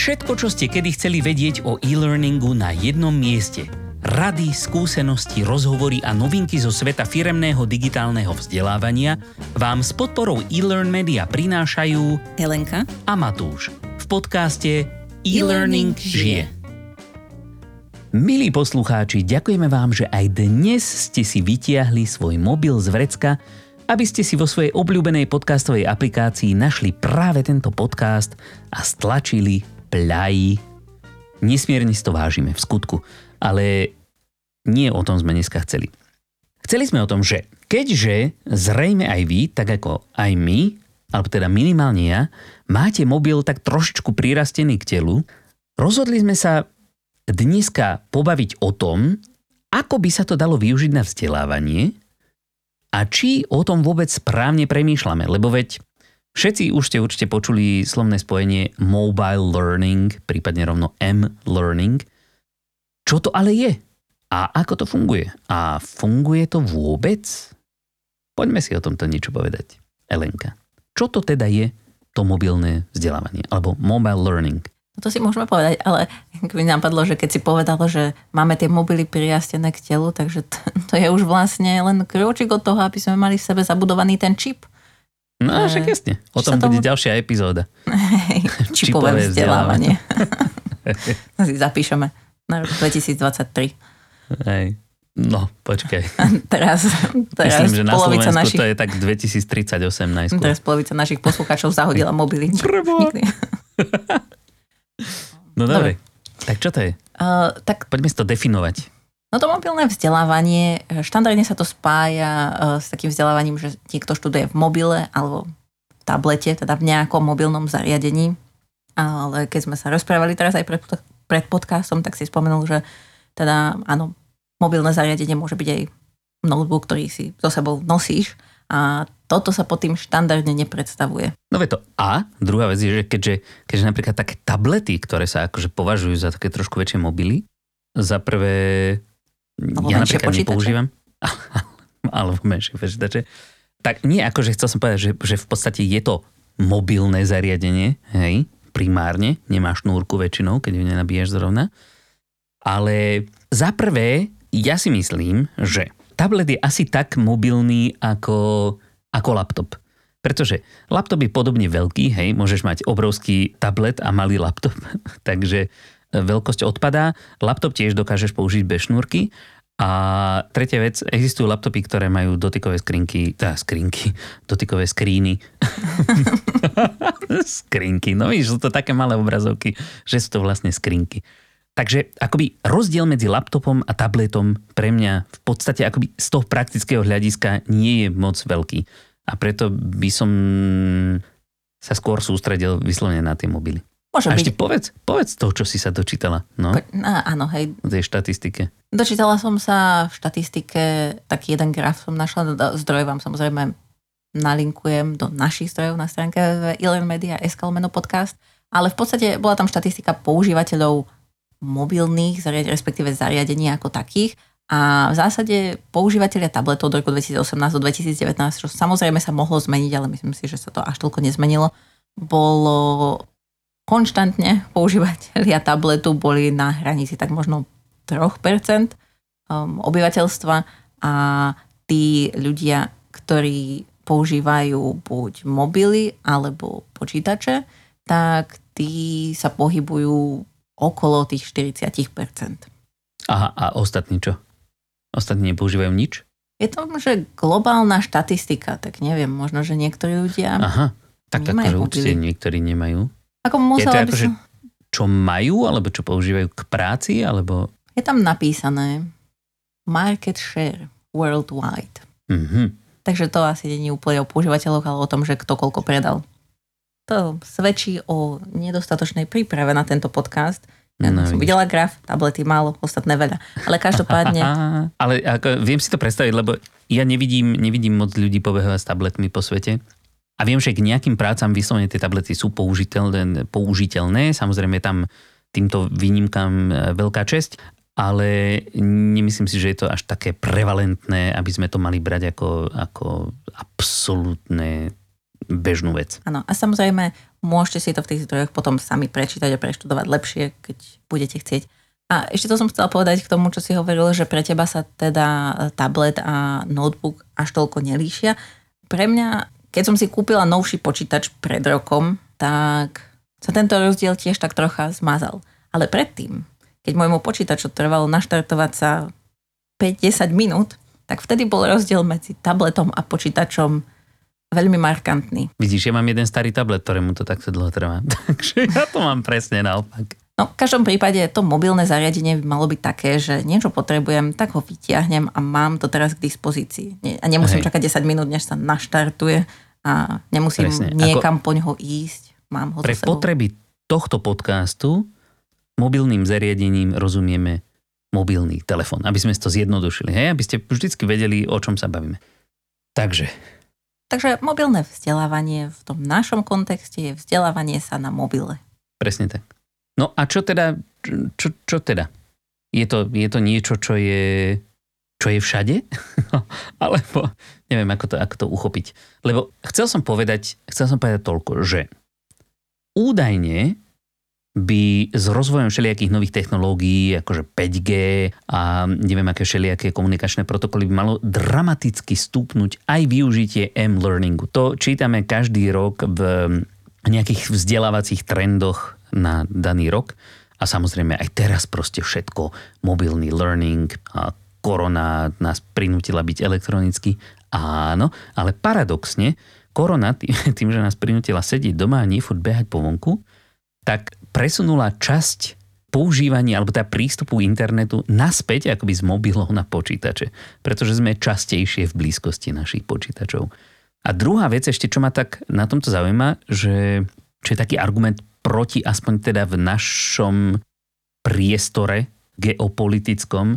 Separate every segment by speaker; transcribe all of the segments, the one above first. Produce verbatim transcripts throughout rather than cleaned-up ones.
Speaker 1: Všetko, čo ste kedy chceli vedieť o e-learningu na jednom mieste. Rady, skúsenosti, rozhovory a novinky zo sveta firemného digitálneho vzdelávania vám s podporou eLearn Media prinášajú
Speaker 2: Helenka
Speaker 1: a Matúš v podcaste E-Learning žije. Milí poslucháči, ďakujeme vám, že aj dnes ste si vytiahli svoj mobil z vrecka, aby ste si vo svojej obľúbenej podcastovej aplikácii našli práve tento podcast a stlačili play. Nesmierne si to vážime, v skutku. Ale nie o tom sme dneska chceli. Chceli sme o tom, že keďže zrejme aj vy, tak ako aj my, alebo teda minimálne ja, máte mobil tak trošičku prirastený k telu, rozhodli sme sa dneska pobaviť o tom, ako by sa to dalo využiť na vzdelávanie a či o tom vôbec správne premýšľame, lebo veď všetci už ste určite počuli slovné spojenie mobile learning, prípadne rovno m-learning. Čo to ale je? A ako to funguje? A funguje to vôbec? Poďme si o tomto niečo povedať. Elenka, čo to teda je to mobilné vzdelávanie? Alebo mobile learning?
Speaker 2: To si môžeme povedať, ale by nám padlo, že keď si povedalo, že máme tie mobily prirastené k telu, takže to, to je už vlastne len krôčik od toho, aby sme mali v sebe zabudovaný ten čip.
Speaker 1: No, však jasne. O tom bude tomu... ďalšia epizóda.
Speaker 2: Hej, čipové, čipové vzdelávanie. vzdelávanie. Si zapíšeme na rok dvetisícdvadsaťtri.
Speaker 1: Hej. No, počkaj.
Speaker 2: teraz, teraz
Speaker 1: Myslím, že na Slovensku
Speaker 2: našich...
Speaker 1: to je tak dvetisíctridsaťosem najskôr.
Speaker 2: Teraz polovica našich poslucháčov zahodila mobily.
Speaker 1: No dobre. dobre. Tak čo to je?
Speaker 2: Uh, tak...
Speaker 1: Poďme si to definovať.
Speaker 2: No to mobilné vzdelávanie, štandardne sa to spája uh, s takým vzdelávaním, že niekto študuje v mobile alebo v tablete, teda v nejakom mobilnom zariadení. Ale keď sme sa rozprávali teraz aj pred, pred podcastom, tak si spomenul, že teda áno, mobilné zariadenie môže byť aj notebook, ktorý si so sebou nosíš a toto sa pod tým štandardne nepredstavuje.
Speaker 1: No vie to. A druhá vec je, že keďže, keďže napríklad také tablety, ktoré sa akože považujú za také trošku väčšie mobily, za prvé
Speaker 2: alebo
Speaker 1: ja napríklad
Speaker 2: počítače.
Speaker 1: Nepoužívam, alebo menšie počítače, tak nie akože chcel som povedať, že, že v podstate je to mobilné zariadenie, hej, primárne, nemá šnúrku väčšinou, keď ju nenabíjaš zrovna. Ale za prvé, ja si myslím, že tablet je asi tak mobilný ako, ako laptop. Pretože laptop je podobne veľký, hej, môžeš mať obrovský tablet a malý laptop, takže veľkosť odpadá. Laptop tiež dokážeš použiť bez šnúrky. A tretia vec, existujú laptopy, ktoré majú dotykové skrinky, teda skrinky, dotykové skríny. Skrinky, no víš, sú to také malé obrazovky, že sú to vlastne skrinky. Takže akoby rozdiel medzi laptopom a tabletom pre mňa v podstate akoby z toho praktického hľadiska nie je moc veľký. A preto by som sa skôr sústredil vyslovene na tie mobily.
Speaker 2: Môže
Speaker 1: a
Speaker 2: byť.
Speaker 1: ešte povedz, povedz to, čo si sa dočítala. No,
Speaker 2: Po, á, áno, hej.
Speaker 1: v tej štatistike.
Speaker 2: Dočítala som sa v štatistike, taký jeden graf som našla, zdroj vám samozrejme nalinkujem do našich zdrojov na stránke eLearn Media bodka es ká lomeno podcast, ale v podstate bola tam štatistika používateľov mobilných zariadení, respektíve zariadení ako takých a v zásade používateľia tabletov do roku dvetisícosemnásť do dvetisícdevätnásť, čo samozrejme sa mohlo zmeniť, ale myslím si, že sa to až toľko nezmenilo, bolo konštantne používateľia tabletu boli na hranici tak možno tri percentá obyvateľstva a tí ľudia, ktorí používajú buď mobily alebo počítače, tak tí sa pohybujú okolo tých štyridsať percent.
Speaker 1: Aha, a ostatní čo? Ostatní nepoužívajú nič?
Speaker 2: Je to, že globálna štatistika, tak neviem, možno, že niektorí ľudia
Speaker 1: Aha, tak akože
Speaker 2: nemajú
Speaker 1: určite
Speaker 2: mobily.
Speaker 1: niektorí nemajú.
Speaker 2: Ako
Speaker 1: Je to
Speaker 2: musela by
Speaker 1: akože,
Speaker 2: som...
Speaker 1: čo majú, alebo čo používajú k práci, alebo...
Speaker 2: Je tam napísané market share worldwide.
Speaker 1: Mhm.
Speaker 2: Takže to asi nie je úplne o používateľoch, ale o tom, že kto koľko predal. To svedčí o nedostatočnej príprave na tento podcast. Ja
Speaker 1: No,
Speaker 2: som
Speaker 1: vidíš.
Speaker 2: videla graf, tablety málo, ostatné veľa. Ale každopádne...
Speaker 1: Ale ako, viem si to predstaviť, lebo ja nevidím, nevidím moc ľudí pobehovať s tabletmi po svete. A viem, že k nejakým prácam vyslovene tie tablety sú použiteľné, použiteľné. Samozrejme tam týmto výnimkám veľká česť, ale nemyslím si, že je to až také prevalentné, aby sme to mali brať ako, ako absolútne bežnú vec.
Speaker 2: Áno, a samozrejme môžete si to v tých zdrojoch potom sami prečítať a preštudovať lepšie, keď budete chcieť. A ešte to som chcela povedať k tomu, čo si hovoril, že pre teba sa teda tablet a notebook až toľko nelíšia. Pre mňa, keď som si kúpila novší počítač pred rokom, tak sa tento rozdiel tiež tak trocha zmazal. Ale predtým, keď môjmu počítaču trvalo naštartovať sa päť až desať minút, tak vtedy bol rozdiel medzi tabletom a počítačom veľmi markantný.
Speaker 1: Vidíš, ja mám jeden starý tablet, ktorému to takto dlho trvá. Takže ja to mám presne naopak.
Speaker 2: No, v každom prípade to mobilné zariadenie by malo byť také, že niečo potrebujem, tak ho vytiahnem a mám to teraz k dispozícii. A nemusím Hej. čakať desať minút, než sa naštartuje a nemusím presne. niekam Ako... poň ho ísť. Mám ho
Speaker 1: pre potreby tohto podcastu mobilným zariadením rozumieme mobilný telefón, aby sme to zjednodušili, hej? Aby ste vždycky vedeli, o čom sa bavíme. Takže.
Speaker 2: Takže mobilné vzdelávanie v tom našom kontexte je vzdelávanie sa na mobile.
Speaker 1: Presne tak. No a čo teda, čo, čo teda? Je to, je to niečo, čo je, čo je všade? Alebo neviem, ako to, ako to uchopiť. Lebo chcel som povedať, chcel som povedať toľko, že údajne by s rozvojom všelijakých nových technológií, akože päť G a neviem, aké všelijaké komunikačné protokoly by malo dramaticky stúpnuť aj využitie M-learningu. To čítame každý rok v nejakých vzdelávacích trendoch na daný rok a samozrejme aj teraz proste všetko, mobilný learning a korona nás prinútila byť elektronicky. Áno, ale paradoxne, korona tým, tým že nás prinútila sedieť doma a nie furt behať po vonku, tak presunula časť používania alebo teda prístupu internetu naspäť akoby z mobilov na počítače, pretože sme častejšie v blízkosti našich počítačov. A druhá vec ešte, čo ma tak na tomto zaujíma, že čo je taký argument proti aspoň teda v našom priestore geopolitickom,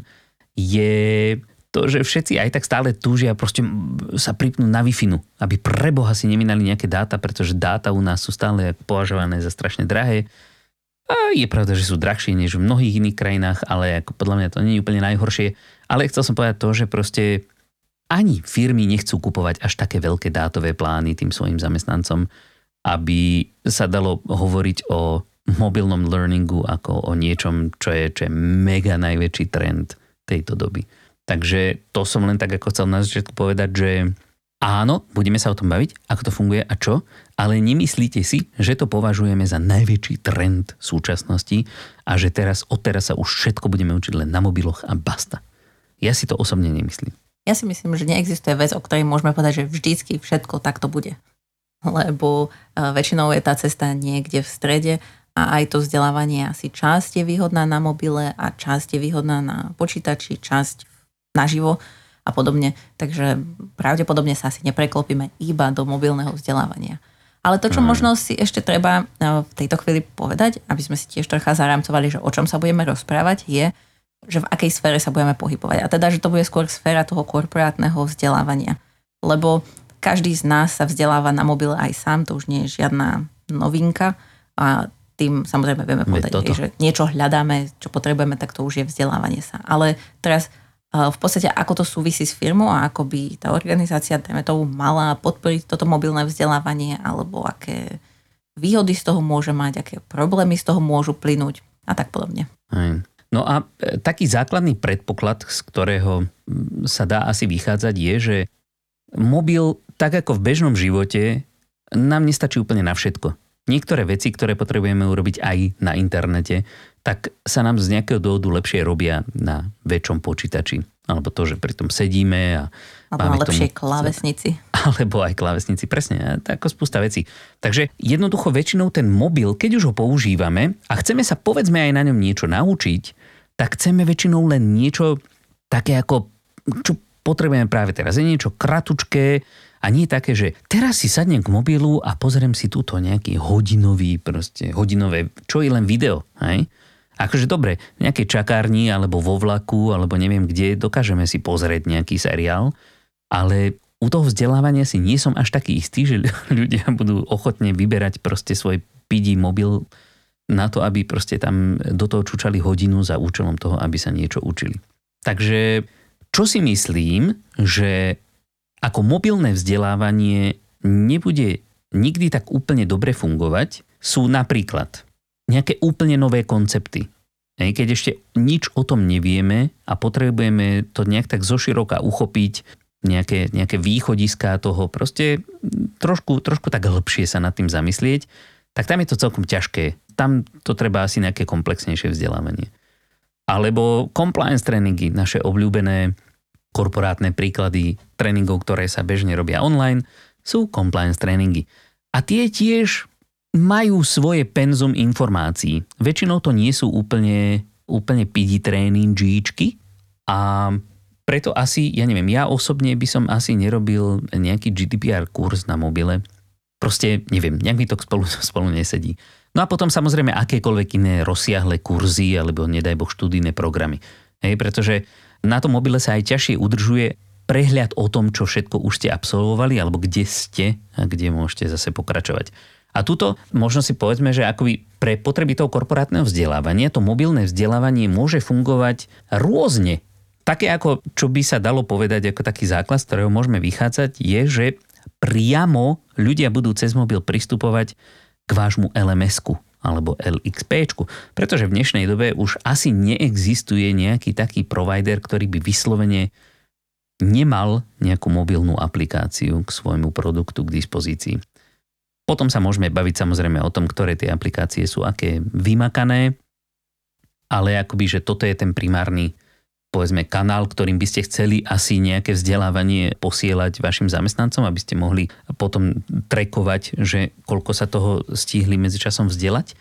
Speaker 1: je to, že všetci aj tak stále túžia proste sa pripnúť na Wi-Fi, aby preboha si neminali nejaké dáta, pretože dáta u nás sú stále považované za strašne drahé. A je pravda, že sú drahšie než v mnohých iných krajinách, ale ako podľa mňa to nie je úplne najhoršie. Ale chcel som povedať to, že proste ani firmy nechcú kupovať až také veľké dátové plány tým svojim zamestnancom, aby sa dalo hovoriť o mobilnom learningu ako o niečom, čo je, čo je mega najväčší trend tejto doby. Takže to som len tak ako chcel na začiatku povedať, že áno, budeme sa o tom baviť, ako to funguje a čo, ale nemyslíte si, že to považujeme za najväčší trend súčasnosti a že teraz, odteraz sa už všetko budeme učiť len na mobiloch a basta. Ja si to osobne nemyslím.
Speaker 2: Ja si myslím, že neexistuje vec, o ktorej môžeme povedať, že vždycky všetko takto bude. Lebo väčšinou je tá cesta niekde v strede a aj to vzdelávanie asi časť je výhodná na mobile a časť je výhodná na počítači, časť naživo a podobne. Takže pravdepodobne sa asi nepreklopíme iba do mobilného vzdelávania. Ale to, čo mm. možno si ešte treba v tejto chvíli povedať, aby sme si tiež trocha zarámcovali, že o čom sa budeme rozprávať, je, že v akej sfére sa budeme pohybovať. A teda, že to bude skôr sféra toho korporátneho vzdelávania. Lebo každý z nás sa vzdeláva na mobile aj sám, to už nie je žiadna novinka a tým samozrejme vieme povedať, že niečo hľadáme, čo potrebujeme, tak to už je vzdelávanie sa. Ale teraz v podstate ako to súvisí s firmou a ako by tá organizácia, dajme tomu, mala podporiť toto mobilné vzdelávanie alebo aké výhody z toho môže mať, aké problémy z toho môžu plynúť a tak podobne.
Speaker 1: No a taký základný predpoklad, z ktorého sa dá asi vychádzať, je, že mobil, tak ako v bežnom živote, nám nestačí úplne na všetko. Niektoré veci, ktoré potrebujeme urobiť aj na internete, tak sa nám z nejakého dôvodu lepšie robia na väčšom počítači. Alebo to, že pri tom sedíme a
Speaker 2: alebo na lepšej klávesnici.
Speaker 1: Alebo aj klávesnici, presne, ako spústa vecí. Takže jednoducho väčšinou ten mobil, keď už ho používame a chceme sa povedzme aj na ňom niečo naučiť, tak chceme väčšinou len niečo také ako, čo potrebujeme práve teraz. Je niečo kratučké a nie také, že teraz si sadnem k mobilu a pozriem si túto nejaký hodinový, proste hodinové, čo je len video, hej? Akože dobre, v nejakej čakárni alebo vo vlaku, alebo neviem kde, dokážeme si pozrieť nejaký seriál, ale u toho vzdelávania si nie som až taký istý, že ľudia budú ochotne vyberať proste svoj pidí mobil na to, aby proste tam do toho čučali hodinu za účelom toho, aby sa niečo učili. Takže čo si myslím, že ako mobilné vzdelávanie nebude nikdy tak úplne dobre fungovať, sú napríklad nejaké úplne nové koncepty. Keď ešte nič o tom nevieme a potrebujeme to nejak tak zoširoka uchopiť, nejaké, nejaké východiská toho, proste trošku, trošku tak hĺbšie sa nad tým zamyslieť, tak tam je to celkom ťažké. Tam to treba asi nejaké komplexnejšie vzdelávanie. Alebo compliance tréningy, naše obľúbené korporátne príklady tréningov, ktoré sa bežne robia online, sú compliance tréningy. A tie tiež majú svoje penzum informácií. Väčšinou to nie sú úplne, úplne pidi tréningíčky a preto asi, ja neviem, ja osobne by som asi nerobil nejaký G D P R kurz na mobile. Proste, neviem, nejak mi to spolu, spolu nesedí. No a potom samozrejme akékoľvek iné rozsiahle kurzy alebo nedaj boh študijné programy. Hej, pretože na tom mobile sa aj ťažšie udržuje prehľad o tom, čo všetko už ste absolvovali alebo kde ste a kde môžete zase pokračovať. A tuto možno si povedzme, že akoby pre potreby toho korporátneho vzdelávania to mobilné vzdelávanie môže fungovať rôzne. Také ako, čo by sa dalo povedať ako taký základ, z ktorého môžeme vychádzať, je, že priamo ľudia budú cez mobil pristupovať k vášmu el em esku alebo el iks péčku. Pretože v dnešnej dobe už asi neexistuje nejaký taký provider, ktorý by vyslovene nemal nejakú mobilnú aplikáciu k svojmu produktu k dispozícii. Potom sa môžeme baviť samozrejme o tom, ktoré tie aplikácie sú aké vymakané, ale akoby, že toto je ten primárny povedzme kanál, ktorým by ste chceli asi nejaké vzdelávanie posielať vašim zamestnancom, aby ste mohli potom trackovať, že koľko sa toho stihli medzičasom vzdelať.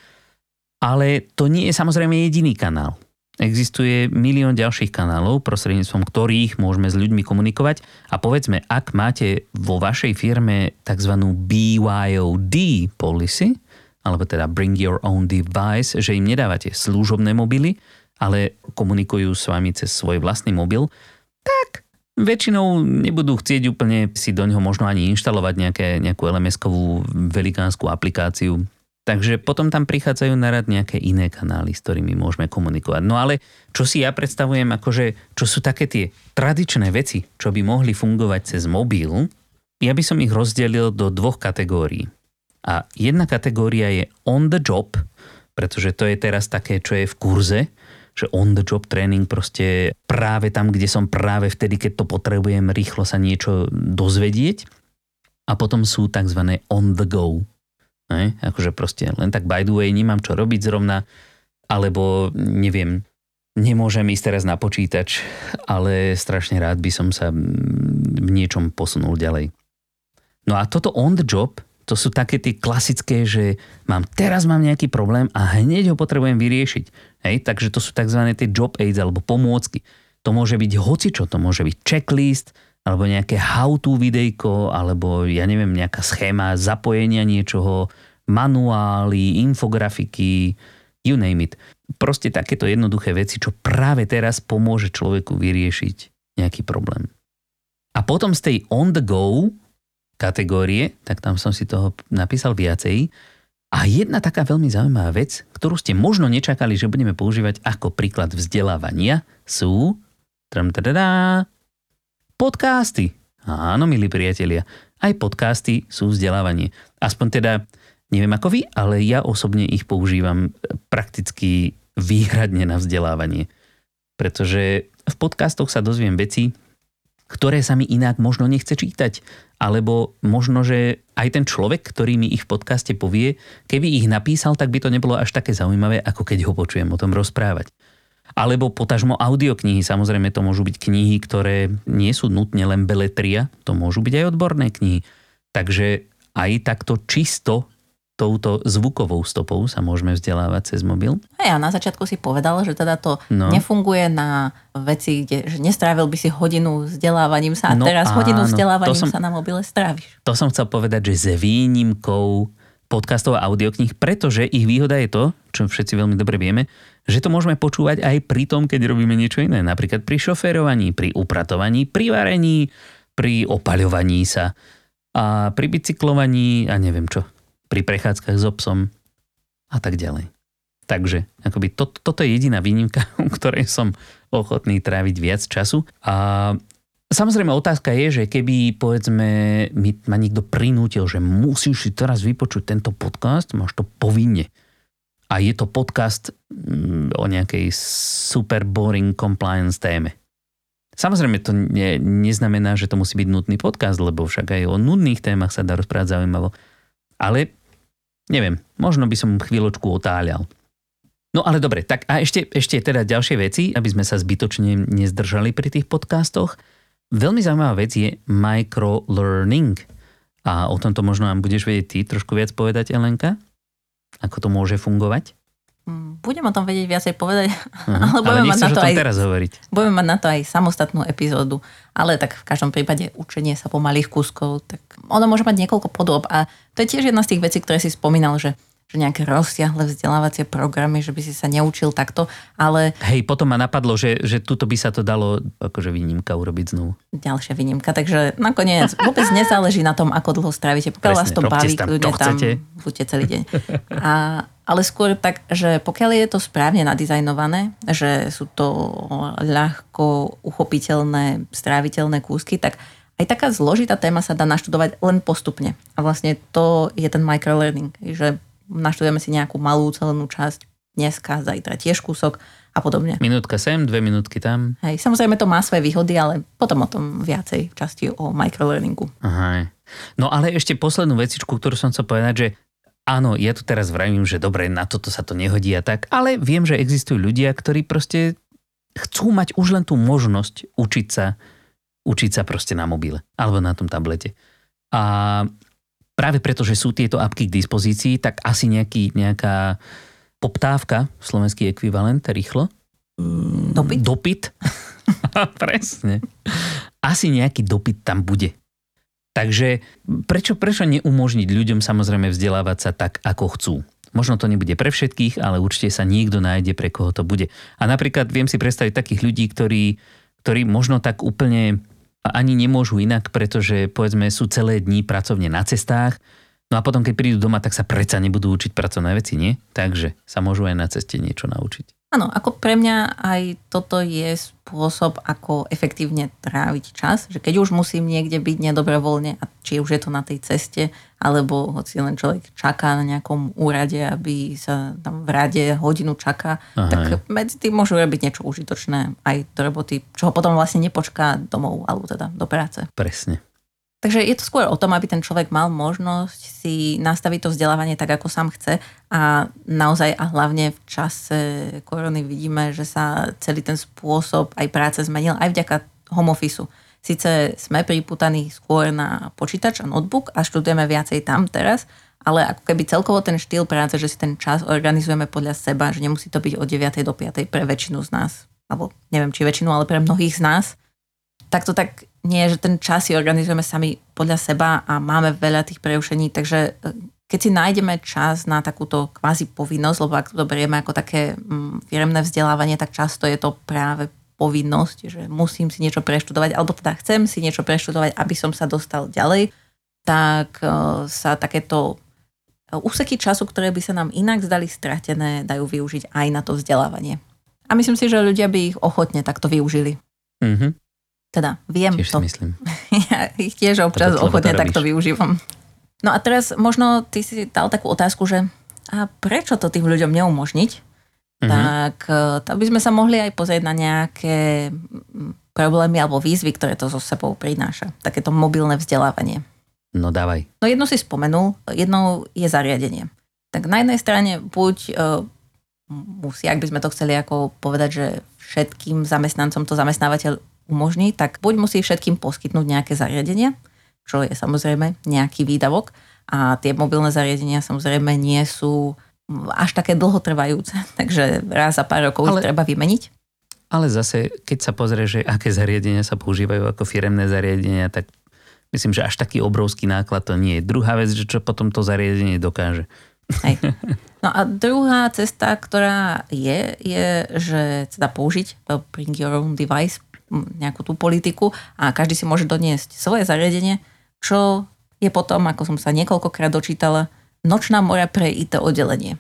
Speaker 1: Ale to nie je samozrejme jediný kanál. Existuje milión ďalších kanálov, prostredníctvom ktorých môžeme s ľuďmi komunikovať. A povedzme, ak máte vo vašej firme tzv. B Y O D policy, alebo teda Bring Your Own Device, že im nedávate služobné mobily, ale komunikujú s vami cez svoj vlastný mobil, tak väčšinou nebudú chcieť úplne si do ňoho možno ani inštalovať nejaké, nejakú el em eskovú velikánsku aplikáciu. Takže potom tam prichádzajú na rad nejaké iné kanály, s ktorými môžeme komunikovať. No ale čo si ja predstavujem, akože, čo sú také tie tradičné veci, čo by mohli fungovať cez mobil, ja by som ich rozdelil do dvoch kategórií. A jedna kategória je on the job, pretože to je teraz také, čo je v kurze, že on the job tréning proste práve tam, kde som práve vtedy, keď to potrebujem rýchlo sa niečo dozvedieť. A potom sú tzv. On the go. Ne? Akože proste len tak by the way, nemám čo robiť zrovna, alebo neviem, nemôžem ísť teraz na počítač, ale strašne rád by som sa v niečom posunul ďalej. No a toto on the job, to sú také tie klasické, že mám, teraz mám nejaký problém a hneď ho potrebujem vyriešiť. Hej, takže to sú tzv. Tie job aids alebo pomôcky. To môže byť hocičo, to môže byť checklist, alebo nejaké how-to videjko, alebo ja neviem, nejaká schéma zapojenia niečoho, manuály, infografiky, you name it. Proste takéto jednoduché veci, čo práve teraz pomôže človeku vyriešiť nejaký problém. A potom z tej on the go kategórie, tak tam som si toho napísal viacej. A jedna taká veľmi zaujímavá vec, ktorú ste možno nečakali, že budeme používať ako príklad vzdelávania, sú podcasty. Áno, milí priatelia, aj podcasty sú vzdelávanie. Aspoň teda, neviem ako vy, ale ja osobne ich používam prakticky výhradne na vzdelávanie. Pretože v podcastoch sa dozviem veci, ktoré sa mi inak možno nechce čítať. Alebo možno, že aj ten človek, ktorý mi ich v podcaste povie, keby ich napísal, tak by to nebolo až také zaujímavé, ako keď ho počujem o tom rozprávať. Alebo potažmo audioknihy. Samozrejme, to môžu byť knihy, ktoré nie sú nutne len beletria, to môžu byť aj odborné knihy. Takže aj takto čisto touto zvukovou stopou sa môžeme vzdelávať cez mobil.
Speaker 2: A ja na začiatku si povedal, že teda to
Speaker 1: no.
Speaker 2: nefunguje na veci, kde že nestrávil by si hodinu vzdelávaním sa a
Speaker 1: no,
Speaker 2: teraz
Speaker 1: áno,
Speaker 2: hodinu vzdelávaním
Speaker 1: som,
Speaker 2: sa na mobile stráviš.
Speaker 1: To som chcel povedať, že s výnimkou podcastov a audiokníh, pretože ich výhoda je to, čo všetci veľmi dobre vieme, že to môžeme počúvať aj pri tom, keď robíme niečo iné. Napríklad pri šoférovaní, pri upratovaní, pri varení, pri opaľovaní sa a pri bicyklovaní a neviem čo. Pri prechádzkach s obsom a tak ďalej. Takže akoby to, toto je jediná výnimka, u ktorej som ochotný tráviť viac času. A Samozrejme, otázka je, že keby, povedzme, mi, ma niekto prinútil, že musíš si teraz vypočuť tento podcast, máš to povinne. A je to podcast mm, o nejakej super boring compliance téme. Samozrejme, to ne, neznamená, že to musí byť nutný podcast, lebo však aj o nudných témach sa dá rozprávať zaujímavo. Ale neviem, možno by som chvíľočku otáľal. No ale dobre, tak a ešte, ešte teda ďalšie veci, aby sme sa zbytočne nezdržali pri tých podcastoch. Veľmi zaujímavá vec je microlearning. A o tomto možno nám budeš vedieť ty trošku viac povedať, Elenka? Ako to môže fungovať?
Speaker 2: Budem o tom vedieť viacej povedať,
Speaker 1: uh-huh.
Speaker 2: ale budeme mať na to aj
Speaker 1: teraz hovoriť.
Speaker 2: Budeme mať na to aj samostatnú epizódu, ale tak v každom prípade učenie sa pomalých kúskov, tak ono môže mať niekoľko podôb a to je tiež jedna z tých vecí, ktoré si spomínal, že že nejaké rozsiahle vzdelávacie programy, že by si sa neučil takto, ale...
Speaker 1: Hej, potom ma napadlo, že, že tuto by sa to dalo akože výnimka urobiť znovu.
Speaker 2: Ďalšia výnimka, takže nakoniec vôbec nezáleží na tom, ako dlho strávite. Pokiaľ vás to baví, kľudne tam buďte celý deň. A, ale skôr tak, že pokiaľ je to správne nadizajnované, že sú to ľahko uchopiteľné, stráviteľné kúsky, tak aj taká zložitá téma sa dá naštudovať len postupne. A vlastne to je ten microlearning, že naštudujeme si nejakú malú celenú časť dneska, zajtra tiež kúsok a podobne.
Speaker 1: Minútka sem, dve minútky tam.
Speaker 2: Hej, samozrejme to má svoje výhody, ale potom o tom viacej v časti o microlearningu.
Speaker 1: Aha. No ale ešte poslednú vecičku, ktorú som chcel povedať, že áno, ja tu teraz vravím, že dobre, na toto sa to nehodí a tak, ale viem, že existujú ľudia, ktorí proste chcú mať už len tú možnosť učiť sa, učiť sa proste na mobile alebo na tom tablete. A práve preto, že sú tieto apky k dispozícii, tak asi nejaký, nejaká poptávka, slovenský ekvivalent, rýchlo.
Speaker 2: Dopyt?
Speaker 1: Dopyt. Presne. Asi nejaký dopyt tam bude. Takže prečo, prečo neumožniť ľuďom samozrejme vzdelávať sa tak, ako chcú? Možno to nebude pre všetkých, ale určite sa niekto nájde, pre koho to bude. A napríklad viem si predstaviť takých ľudí, ktorí, ktorí možno tak úplne ani nemôžu inak, pretože povedzme sú celé dni pracovne na cestách, no a potom keď prídu doma, tak sa predsa nebudú učiť pracovné veci, nie? Takže sa môžu aj na ceste niečo naučiť.
Speaker 2: Áno, ako pre mňa aj toto je spôsob, ako efektívne tráviť čas, že keď už musím niekde byť nedobrovoľne, a či už je to na tej ceste, alebo hoci len človek čaká na nejakom úrade, aby sa tam v rade hodinu čaká, Aha. tak medzi tým môžu robiť niečo užitočné aj do roboty, čo ho potom vlastne nepočká domov, alebo teda do práce.
Speaker 1: Presne.
Speaker 2: Takže je to skôr o tom, aby ten človek mal možnosť si nastaviť to vzdelávanie tak, ako sám chce a naozaj a hlavne v čase korony vidíme, že sa celý ten spôsob aj práce zmenil aj vďaka home officeu. Sice sme pripútaní skôr na počítač a notebook a študujeme viacej tam teraz, ale ako keby celkovo ten štýl práce, že si ten čas organizujeme podľa seba, že nemusí to byť od deviatej do piatej pre väčšinu z nás, alebo neviem či väčšinu, ale pre mnohých z nás, tak to tak nie je, že ten čas si organizujeme sami podľa seba a máme veľa tých prerušení, takže keď si nájdeme čas na takúto kvázi povinnosť, lebo ak to berieme ako také firemné vzdelávanie, tak často je to práve povinnosť, že musím si niečo preštudovať, alebo teda chcem si niečo preštudovať, aby som sa dostal ďalej, tak sa takéto úseky času, ktoré by sa nám inak zdali stratené, dajú využiť aj na to vzdelávanie. A myslím si, že ľudia by ich ochotne takto využili. Mhm. Teda viem
Speaker 1: tiež
Speaker 2: to.
Speaker 1: Si myslím.
Speaker 2: Ja ich tiež občas to, ochotne takto využívam. No a teraz možno ty si dal takú otázku, že a prečo to tým ľuďom neumožniť? Mm-hmm. Tak, tak by sme sa mohli aj pozrieť na nejaké problémy alebo výzvy, ktoré to so sebou prináša. Takéto mobilné vzdelávanie.
Speaker 1: No dávaj.
Speaker 2: No jedno si spomenul, jednou je zariadenie. Tak na jednej strane buď uh, musí, ak by sme to chceli ako povedať, že všetkým zamestnancom to zamestnávateľ umožní, tak buď musí všetkým poskytnúť nejaké zariadenie, čo je samozrejme nejaký výdavok a tie mobilné zariadenia samozrejme nie sú až také dlhotrvajúce, takže raz za pár rokov ale, ich treba vymeniť.
Speaker 1: Ale zase, keď sa pozrie, že aké zariadenia sa používajú ako firemné zariadenia, tak myslím, že až taký obrovský náklad to nie je. Druhá vec, že čo potom to zariadenie dokáže.
Speaker 2: Hej. No a druhá cesta, ktorá je, je, že teda použiť bring your own device, nejakú tú politiku a každý si môže doniesť svoje zariadenie, čo je potom, ako som sa niekoľkokrát dočítala, nočná mora pre í té oddelenie.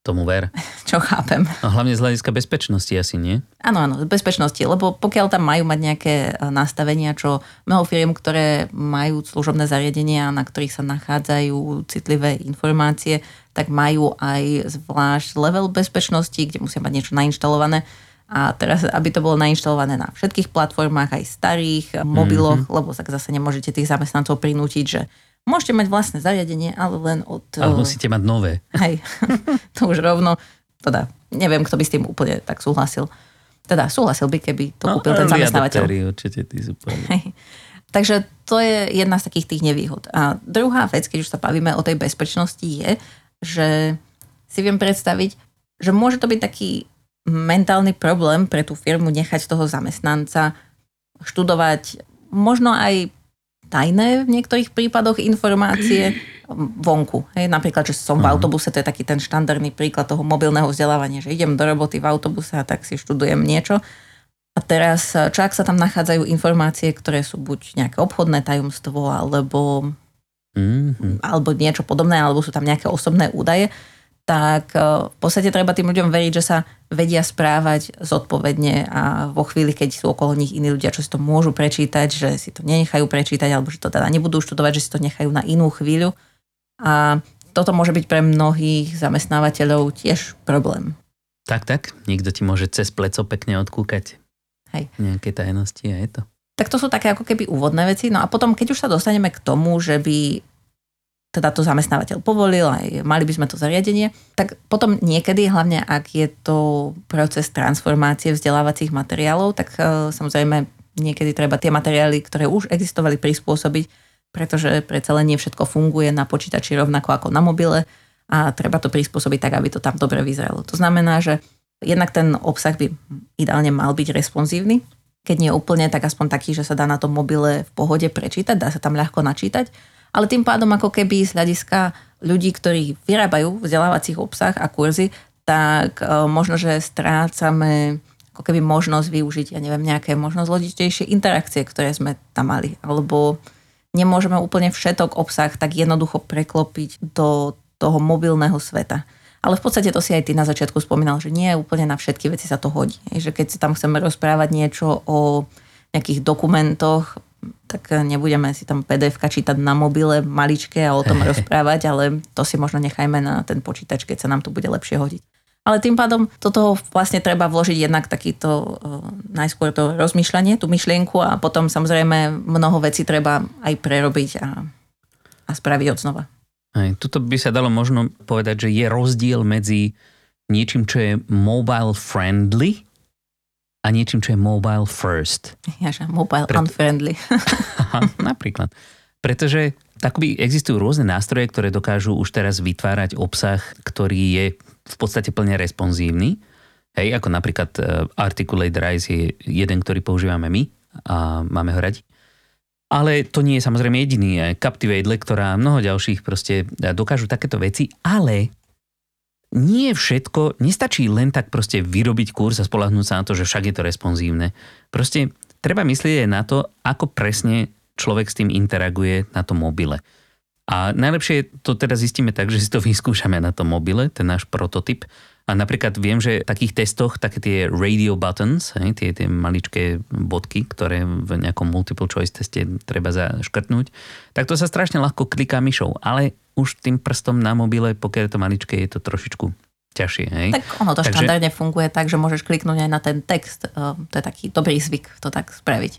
Speaker 1: Tomu ver.
Speaker 2: Čo chápem.
Speaker 1: A hlavne z hľadiska bezpečnosti asi, nie?
Speaker 2: Áno, áno, z bezpečnosti, lebo pokiaľ tam majú mať nejaké nastavenia, čo mnoho firiem, ktoré majú služobné zariadenia, na ktorých sa nachádzajú citlivé informácie, tak majú aj zvlášť level bezpečnosti, kde musia mať niečo nainštalované. A teraz, aby to bolo nainštalované na všetkých platformách, aj starých, mobiloch, mm-hmm. lebo tak zase nemôžete tých zamestnancov prinútiť, že môžete mať vlastné zariadenie, ale len od...
Speaker 1: Ale musíte mať nové.
Speaker 2: Hej, to už rovno. Teda, neviem, kto by s tým úplne tak súhlasil. Teda, súhlasil by, keby to
Speaker 1: no,
Speaker 2: kúpil ten zamestnávateľ.
Speaker 1: Určite, tí sú
Speaker 2: Hej. Takže to je jedna z takých tých nevýhod. A druhá vec, keď už sa bavíme o tej bezpečnosti, je, že si viem predstaviť, že môže to byť taký mentálny problém pre tú firmu nechať toho zamestnanca študovať možno aj tajné v niektorých prípadoch informácie vonku. Hej, napríklad, že som v autobuse, to je taký ten štandardný príklad toho mobilného vzdelávania, že idem do roboty v autobuse a tak si študujem niečo. A teraz, čo ak sa tam nachádzajú informácie, ktoré sú buď nejaké obchodné tajomstvo, alebo, mm-hmm. alebo niečo podobné, alebo sú tam nejaké osobné údaje, tak v podstate treba tým ľuďom veriť, že sa vedia správať zodpovedne a vo chvíli, keď sú okolo nich iní ľudia, čo si to môžu prečítať, že si to nenechajú prečítať, alebo že to teda nebudú študovať, že si to nechajú na inú chvíľu. A toto môže byť pre mnohých zamestnávateľov tiež problém.
Speaker 1: Tak, tak. Niekto ti môže cez pleco pekne odkúkať.
Speaker 2: Hej.
Speaker 1: Nejaké tajnosti a je to.
Speaker 2: Tak to sú také ako keby úvodné veci. No a potom, keď už sa dostaneme k tomu, že by teda to zamestnávateľ povolil, aj mali by sme to zariadenie, tak potom niekedy, hlavne ak je to proces transformácie vzdelávacích materiálov, tak uh, samozrejme niekedy treba tie materiály, ktoré už existovali, prispôsobiť, pretože predsa len nie všetko funguje na počítači rovnako ako na mobile a treba to prispôsobiť tak, aby to tam dobre vyzeralo. To znamená, že jednak ten obsah by ideálne mal byť responsívny, keď nie úplne, tak aspoň taký, že sa dá na tom mobile v pohode prečítať, dá sa tam ľahko načítať. Ale tým pádom ako keby z hľadiska ľudí, ktorí vyrábajú vzdelávacích obsah a kurzy, tak e, možno, že strácame ako keby možnosť využiť, ja neviem, nejaké možno zložitejšie interakcie, ktoré sme tam mali. Alebo nemôžeme úplne všetok obsah tak jednoducho preklopiť do toho mobilného sveta. Ale v podstate to si aj ty na začiatku spomínal, že nie úplne na všetky veci sa to hodí. Že keď si tam chceme rozprávať niečo o nejakých dokumentoch, tak nebudeme si tam pé dé efka čítať na mobile maličké a o tom rozprávať, ale to si možno nechajme na ten počítač, keď sa nám to bude lepšie hodiť. Ale tým pádom do toho vlastne treba vložiť jednak takýto najskôr to rozmýšľanie, tú myšlienku a potom samozrejme mnoho vecí treba aj prerobiť a, a spraviť odznova.
Speaker 1: Aj, tuto by sa dalo možno povedať, že je rozdiel medzi niečím, čo je mobile friendly a niečím, čo je mobile first.
Speaker 2: Jaže, mobile
Speaker 1: Preto...
Speaker 2: unfriendly.
Speaker 1: Aha, napríklad. Pretože takoby existujú rôzne nástroje, ktoré dokážu už teraz vytvárať obsah, ktorý je v podstate plne responsívny. Hej, ako napríklad Articulate Rise je jeden, ktorý používame my a máme ho radi. Ale to nie je samozrejme jediný. Captivate, Lektora a mnoho ďalších proste dokážu takéto veci, ale nie všetko, nestačí len tak proste vyrobiť kurz a spoľahnúť sa na to, že však je to responsívne. Proste treba myslieť aj na to, ako presne človek s tým interaguje na tom mobile. A najlepšie to teda zistíme tak, že si to vyskúšame na tom mobile, ten náš prototyp. A napríklad viem, že v takých testoch, také tie radio buttons, hej, tie, tie maličké bodky, ktoré v nejakom multiple choice teste treba zaškrtnúť, tak to sa strašne ľahko kliká myšou. Ale už tým prstom na mobile, pokiaľ je to maličké, je to trošičku ťažšie. Hej?
Speaker 2: Tak ono to Takže... štandardne funguje tak, že môžeš kliknúť aj na ten text. To je taký dobrý zvyk to tak spraviť.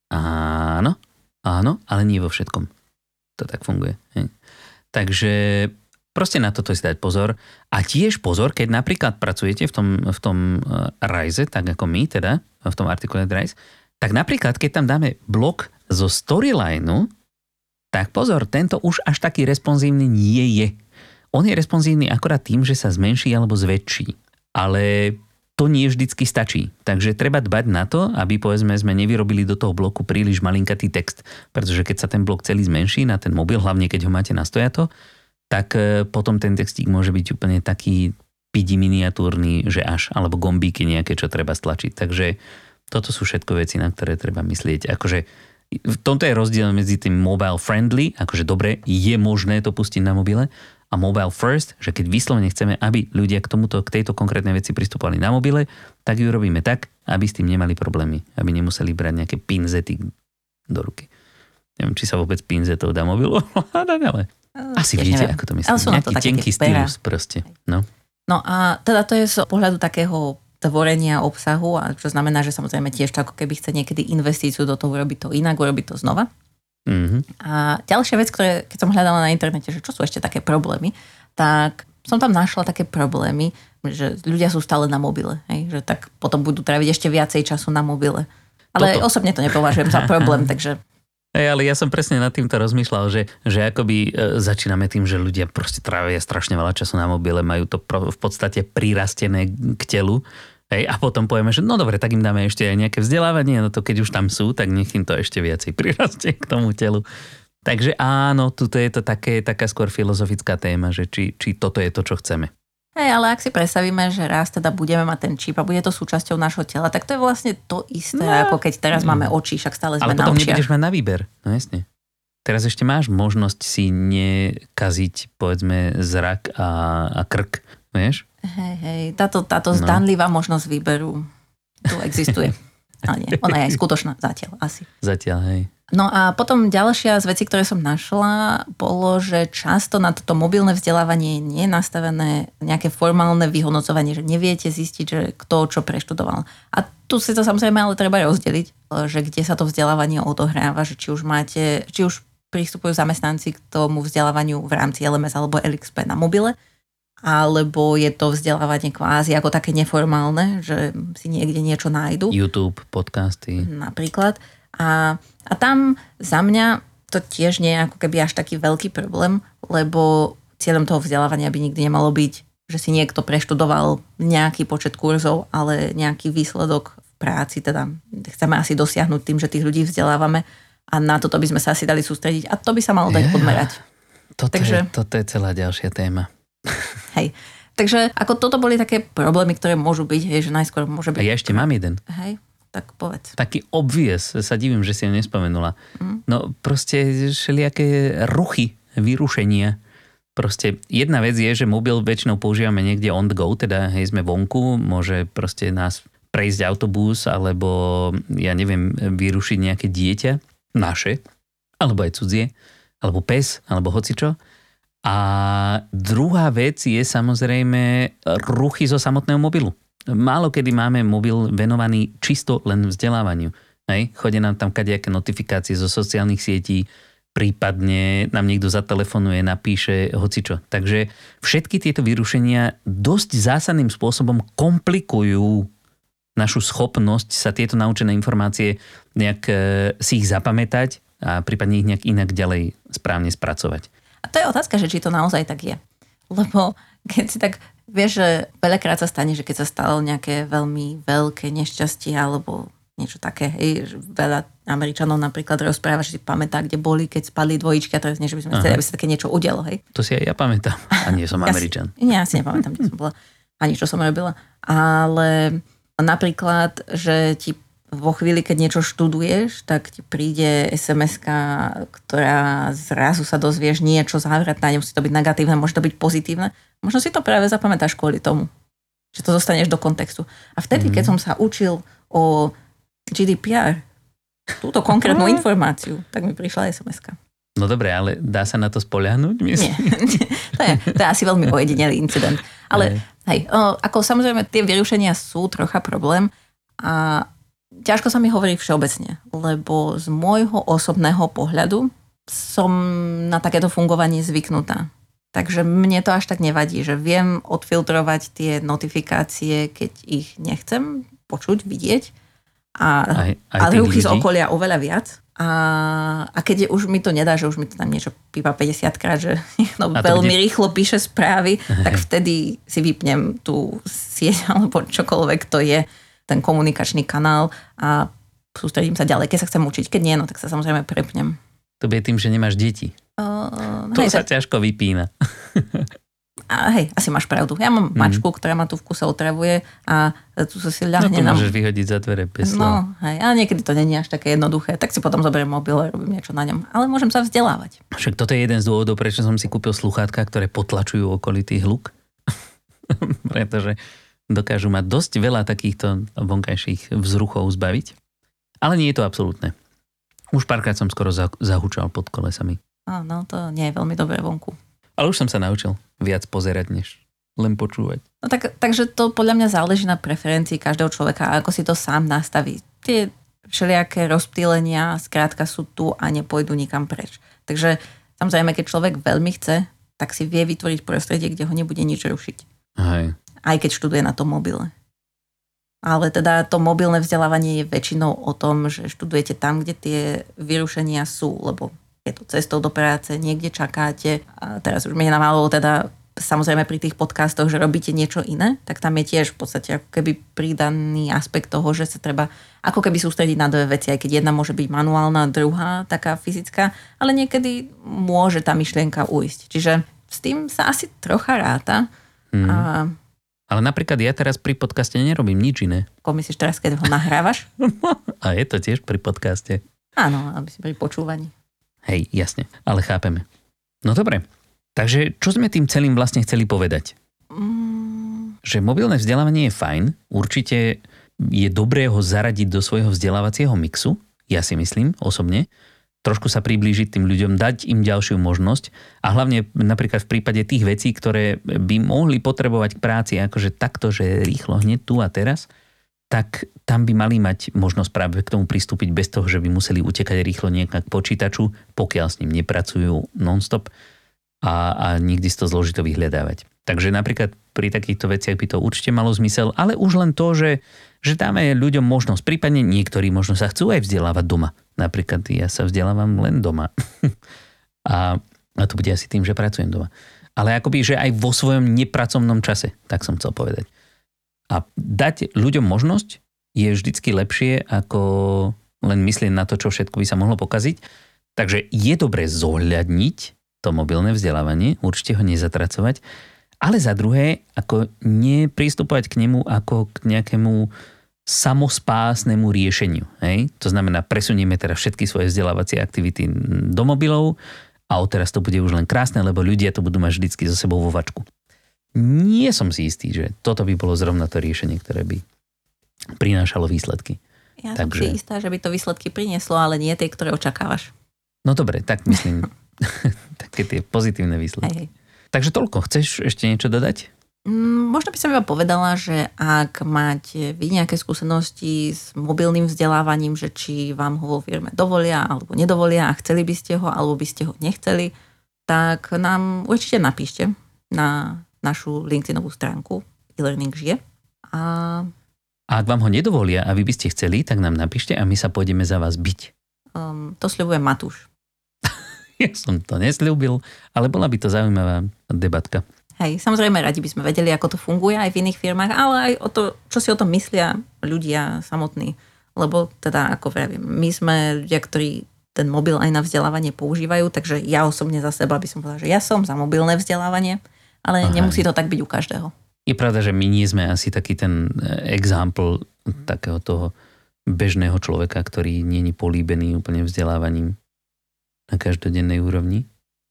Speaker 1: Áno, áno, ale nie vo všetkom. To tak funguje. Hej? Takže proste na toto si dať pozor. A tiež pozor, keď napríklad pracujete v tom, v tom Rise, tak ako my teda, v tom Articulate Rise, tak napríklad, keď tam dáme blok zo storylineu, tak pozor, tento už až taký responsívny nie je. On je responsívny akorát tým, že sa zmenší alebo zväčší. Ale to nie vždycky stačí. Takže treba dbať na to, aby povedzme sme nevyrobili do toho bloku príliš malinkatý text. Pretože keď sa ten blok celý zmenší na ten mobil, hlavne keď ho máte nastojato, tak potom ten textík môže byť úplne taký pidi miniatúrny, že až, alebo gombíky nejaké, čo treba stlačiť. Takže toto sú všetko veci, na ktoré treba myslieť. Akože v tomto je rozdiel medzi tým mobile friendly, akože dobre, je možné to pustiť na mobile, a mobile first, že keď vyslovene chceme, aby ľudia k tomuto, k tejto konkrétnej veci pristupovali na mobile, tak ju robíme tak, aby s tým nemali problémy, aby nemuseli brať nejaké pinzety do ruky. Neviem, či sa vôbec pinzetou dá mobilu, ale asi viete, neviem. Ako to myslím. Nejaký tenký stylus proste. No.
Speaker 2: no a teda to je z pohľadu takého tvorenia obsahu, a čo znamená, že samozrejme tiež to ako keby chce niekedy investíciu do toho urobiť to inak, urobiť to znova. Mm-hmm. A ďalšia vec, ktoré, keď som hľadala na internete, že čo sú ešte také problémy, tak som tam našla také problémy, že ľudia sú stále na mobile. Hej? Že tak potom budú tráviť ešte viacej času na mobile. Ale Toto. osobne to nepovažujem za problém, takže...
Speaker 1: Hey, ale ja som presne nad týmto rozmýšľal, že, že akoby e, začíname tým, že ľudia proste trávia strašne veľa času na mobile, majú to pro, v podstate prirastené k telu. Hej, a potom povieme, že no dobre, tak im dáme ešte aj nejaké vzdelávanie, no to keď už tam sú, tak nech im to ešte viacej prirastie k tomu telu. Takže áno, tuto je to také, taká skôr filozofická téma, že či, či toto je to, čo chceme.
Speaker 2: Hej, ale ak si predstavíme, že raz teda budeme mať ten čip a bude to súčasťou nášho tela, tak to je vlastne to isté, no, ako keď teraz no. máme oči, však stále sme na očiach.
Speaker 1: Ale potom nebudeš mať na výber, no jasne. Teraz ešte máš možnosť si nekaziť, povedzme, zrak a, a krk, vieš?
Speaker 2: Hej, hej, táto, táto no. zdanlivá možnosť výberu tu existuje. Ale nie, ona je aj skutočná zatiaľ asi.
Speaker 1: Zatiaľ, hej.
Speaker 2: No a potom ďalšia z vecí, ktoré som našla, bolo, že často na toto mobilné vzdelávanie nie je nastavené nejaké formálne vyhodnocovanie, že neviete zistiť, že kto čo preštudoval. A tu si to samozrejme ale treba rozdeliť, že kde sa to vzdelávanie odohráva, že či už máte, či už pristupujú zamestnanci k tomu vzdelávaniu v rámci el em es alebo el iks pé na mobile, alebo je to vzdelávanie kvázi ako také neformálne, že si niekde niečo nájdu.
Speaker 1: YouTube, podcasty.
Speaker 2: Napríklad. A, a tam za mňa to tiež nie je ako keby až taký veľký problém, lebo cieľom toho vzdelávania by nikdy nemalo byť, že si niekto preštudoval nejaký počet kurzov, ale nejaký výsledok v práci, teda chceme asi dosiahnuť tým, že tých ľudí vzdelávame a na toto by sme sa asi dali sústrediť a to by sa malo dať yeah. podmerať.
Speaker 1: Toto, Takže, je, toto je celá ďalšia téma.
Speaker 2: Hej. Takže ako toto boli také problémy, ktoré môžu byť, hej, že najskôr môže byť...
Speaker 1: A ja ešte mám jeden.
Speaker 2: Hej. Tak povedz.
Speaker 1: Taký obvious, sa divím, že si ho nespomenula. Mm. No proste všelijaké ruchy, vyrušenia. Proste jedna vec je, že mobil väčšinou používame niekde on the go, teda hej, sme vonku, môže proste nás prejsť autobus, alebo ja neviem, vyrušiť nejaké dieťa, naše, alebo aj cudzie, alebo pes, alebo hocičo. A druhá vec je samozrejme ruchy zo samotného mobilu. Málo kedy máme mobil venovaný čisto len vzdelávaniu. Hej? Chodia nám tam kadejaké notifikácie zo sociálnych sietí, prípadne nám niekto zatelefonuje, napíše hocičo. Takže všetky tieto vyrušenia dosť zásadným spôsobom komplikujú našu schopnosť sa tieto naučené informácie nejak e, si ich zapamätať a prípadne ich nejak inak ďalej správne spracovať.
Speaker 2: A to je otázka, že či to naozaj tak je. Lebo keď si tak vieš, že veľakrát sa stane, že keď sa stalo nejaké veľmi veľké nešťastie alebo niečo také, hej, že veľa Američanov napríklad rozpráva, že si pamätá, kde boli, keď spadli dvojičky a teraz nie, že by sme chceli, aby sa také niečo udialo, hej.
Speaker 1: To si aj ja pamätám. A nie som Američan.
Speaker 2: Ja si, nie, ja si nepamätám, kde som bola, ani čo som robila. Ale napríklad, že ti vo chvíli, keď niečo študuješ, tak ti príde es em eska, ktorá zrazu sa dozvieš niečo závratné, nemusí to byť negatívne, môže to byť pozitívne. Možno si to práve zapamätáš kvôli tomu, že to zostaneš do kontextu. A vtedy, mm. keď som sa učil o gé dé pé er, túto konkrétnu informáciu, tak mi prišla es em eska.
Speaker 1: No dobre, ale dá sa na to spoľahnúť?
Speaker 2: Nie, to je, to je asi veľmi ojedinelý incident. Ale hej, ako samozrejme tie vyrušenia sú trocha problém a ťažko sa mi hovorí všeobecne, lebo z môjho osobného pohľadu som na takéto fungovanie zvyknutá. Takže mne to až tak nevadí, že viem odfiltrovať tie notifikácie, keď ich nechcem počuť, vidieť. A, aj, aj a ruchy z okolia oveľa viac. A, a keď už mi to nedá, že už mi to tam niečo pípa päťdesiat krát, že no, veľmi bude... rýchlo píše správy, tak vtedy si vypnem tú sieť alebo čokoľvek to je, ten komunikačný kanál a sústredím sa ďalej. Keď sa chcem učiť, keď nie, no tak sa samozrejme prepnem.
Speaker 1: To bude tým, že nemáš deti. Uh, to hej, sa tak... ťažko vypína.
Speaker 2: A hej, asi máš pravdu. Ja mám mm. mačku, ktorá ma tu v kuse otravuje a tu sa si ľahne...
Speaker 1: No to môžeš na... vyhodiť za dvere bez
Speaker 2: No, hej, ale niekedy to nie je až také jednoduché. Tak si potom zoberiem mobil a robím niečo na ňom. Ale môžem sa vzdelávať.
Speaker 1: Však toto je jeden z dôvodov, prečo som si kúpil slúchadká, ktoré potlačujú okolitý hluk. Pretože dokážu mať dosť veľa takýchto vonkajších vzruchov zbaviť. Ale nie je to absolútne. Už párkrát som skoro zahučal pod kolesami.
Speaker 2: Áno, to nie je veľmi dobré vonku.
Speaker 1: Ale už som sa naučil viac pozerať, než len počúvať.
Speaker 2: No tak, takže to podľa mňa záleží na preferencii každého človeka, ako si to sám nastaví. Tie všelijaké rozptýlenia skrátka sú tu a nepôjdu nikam preč. Takže samozrejme, keď človek veľmi chce, tak si vie vytvoriť prostredie, kde ho nebude nič rušiť.
Speaker 1: Hej.
Speaker 2: Aj keď študuje na tom mobile. Ale teda to mobilné vzdelávanie je väčšinou o tom, že študujete tam, kde tie vyrušenia sú, lebo je to cestou do práce, niekde čakáte. A teraz už mi je namálo teda samozrejme pri tých podcastoch, že robíte niečo iné, tak tam je tiež v podstate ako keby pridaný aspekt toho, že sa treba ako keby sústrediť na dve veci, aj keď jedna môže byť manuálna, druhá taká fyzická, ale niekedy môže tá myšlienka ujsť. Čiže s tým sa asi trocha ráta.
Speaker 1: Hmm.
Speaker 2: A...
Speaker 1: Ale napríklad ja teraz pri podcaste nerobím nič iné.
Speaker 2: Ako myslíš teraz, keď ho nahrávaš?
Speaker 1: A je to tiež pri podcaste.
Speaker 2: Áno, aby si pri počúvaní.
Speaker 1: Hej, jasne, ale chápeme. No dobre, takže čo sme tým celým vlastne chceli povedať?
Speaker 2: Mm.
Speaker 1: Že mobilné vzdelávanie je fajn, určite je dobré ho zaradiť do svojho vzdelávacieho mixu, ja si myslím osobne, trošku sa priblížiť tým ľuďom, dať im ďalšiu možnosť a hlavne napríklad v prípade tých vecí, ktoré by mohli potrebovať k práci, akože takto, že rýchlo, hneď tu a teraz, tak tam by mali mať možnosť práve k tomu pristúpiť bez toho, že by museli utekať rýchlo niekam k počítaču, pokiaľ s ním nepracujú non-stop a, a nikdy si to zložito vyhľadávať. Takže napríklad pri takýchto veciach by to určite malo zmysel, ale už len to, že, že dáme ľuďom možnosť, prípadne niektorí možno sa chcú aj vzdelávať doma. Napríklad ja sa vzdelávam len doma. a, a to bude asi tým, že pracujem doma. Ale akoby, že aj vo svojom nepracomnom čase, tak som chcel povedať. A dať ľuďom možnosť je vždycky lepšie, ako len myslieť na to, čo všetko by sa mohlo pokaziť. Takže je dobré zohľadniť to mobilné vzdelávanie, určite ho nezatracovať, ale za druhé, ako nepristupovať k nemu ako k nejakému samospásnemu riešeniu. Hej? To znamená, presunieme teraz všetky svoje vzdelávacie aktivity do mobilov a odteraz to bude už len krásne, lebo ľudia to budú mať vždycky so sebou vo vačku. Nie som si istý, že toto by bolo zrovna to riešenie, ktoré by prinášalo výsledky.
Speaker 2: Ja Takže... som si istá, že by to výsledky prinieslo, ale nie tie, ktoré očakávaš.
Speaker 1: No dobre, tak myslím, také tie pozitívne výsledky. Hej, hej. Takže toľko. Chceš ešte niečo dodať?
Speaker 2: Mm, možno by som iba povedala, že ak máte vy nejaké skúsenosti s mobilným vzdelávaním, že či vám ho vo firme dovolia alebo nedovolia a chceli by ste ho, alebo by ste ho nechceli, tak nám určite napíšte na našu LinkedInovú stránku e-learning žije. A...
Speaker 1: a ak vám ho nedovolia a vy by ste chceli, tak nám napíšte a my sa pôjdeme za vás byť.
Speaker 2: Um, to sľubuje Matúš.
Speaker 1: Ja som to nesľúbil, ale bola by to zaujímavá debatka.
Speaker 2: Hej, samozrejme radi by sme vedeli, ako to funguje aj v iných firmách, ale aj o to, čo si o tom myslia ľudia samotní. Lebo teda, ako vravím, my sme ľudia, ktorí ten mobil aj na vzdelávanie používajú, takže ja osobne za seba by som povedala, že ja som za mobilné vzdelávanie, ale Aha. nemusí to tak byť u každého. Je
Speaker 1: pravda, že my nie sme asi taký ten example takého toho bežného človeka, ktorý nie je políbený úplne vzdelávaním na každodennej úrovni.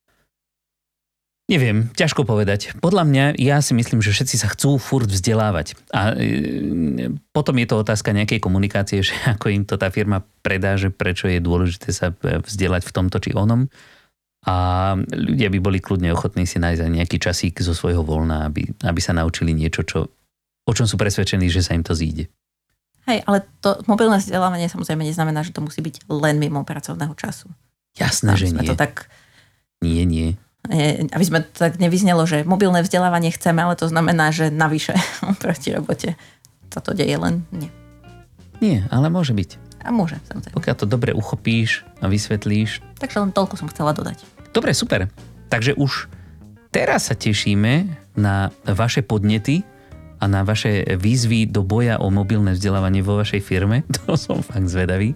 Speaker 1: Neviem, ťažko povedať. Podľa mňa, ja si myslím, že všetci sa chcú furt vzdelávať. A e, potom je to otázka nejakej komunikácie, že ako im to tá firma predá, že prečo je dôležité sa vzdelať v tomto či onom. A ľudia by boli kľudne ochotní si nájsť aj nejaký časík zo svojho voľna, aby, aby sa naučili niečo, čo, o čom sú presvedčení, že sa im to zíde.
Speaker 2: Hej, ale to mobilné vzdelávanie samozrejme neznamená, že to musí byť len mimo pracovného času.
Speaker 1: Jasné, že nie.
Speaker 2: To tak...
Speaker 1: Nie, nie.
Speaker 2: Aby sme to tak nevyznelo, že mobilné vzdelávanie chceme, ale to znamená, že navyše proti robote sa to deje len nie.
Speaker 1: Nie, ale môže byť.
Speaker 2: A môže, samozrejme.
Speaker 1: Pokiaľ to dobre uchopíš a vysvetlíš.
Speaker 2: Takže len toľko som chcela dodať.
Speaker 1: Dobre, super. Takže už teraz sa tešíme na vaše podnety a na vaše výzvy do boja o mobilné vzdelávanie vo vašej firme. To som fakt zvedavý.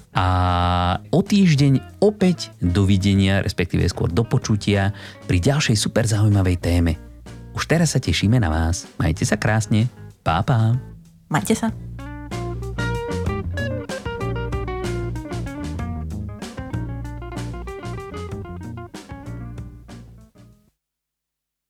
Speaker 1: A o týždeň opäť dovidenia, respektíve skôr do počutia pri ďalšej super zaujímavej téme. Už teraz sa tešíme na vás. Majte sa krásne. Pá, pá.
Speaker 2: Majte sa.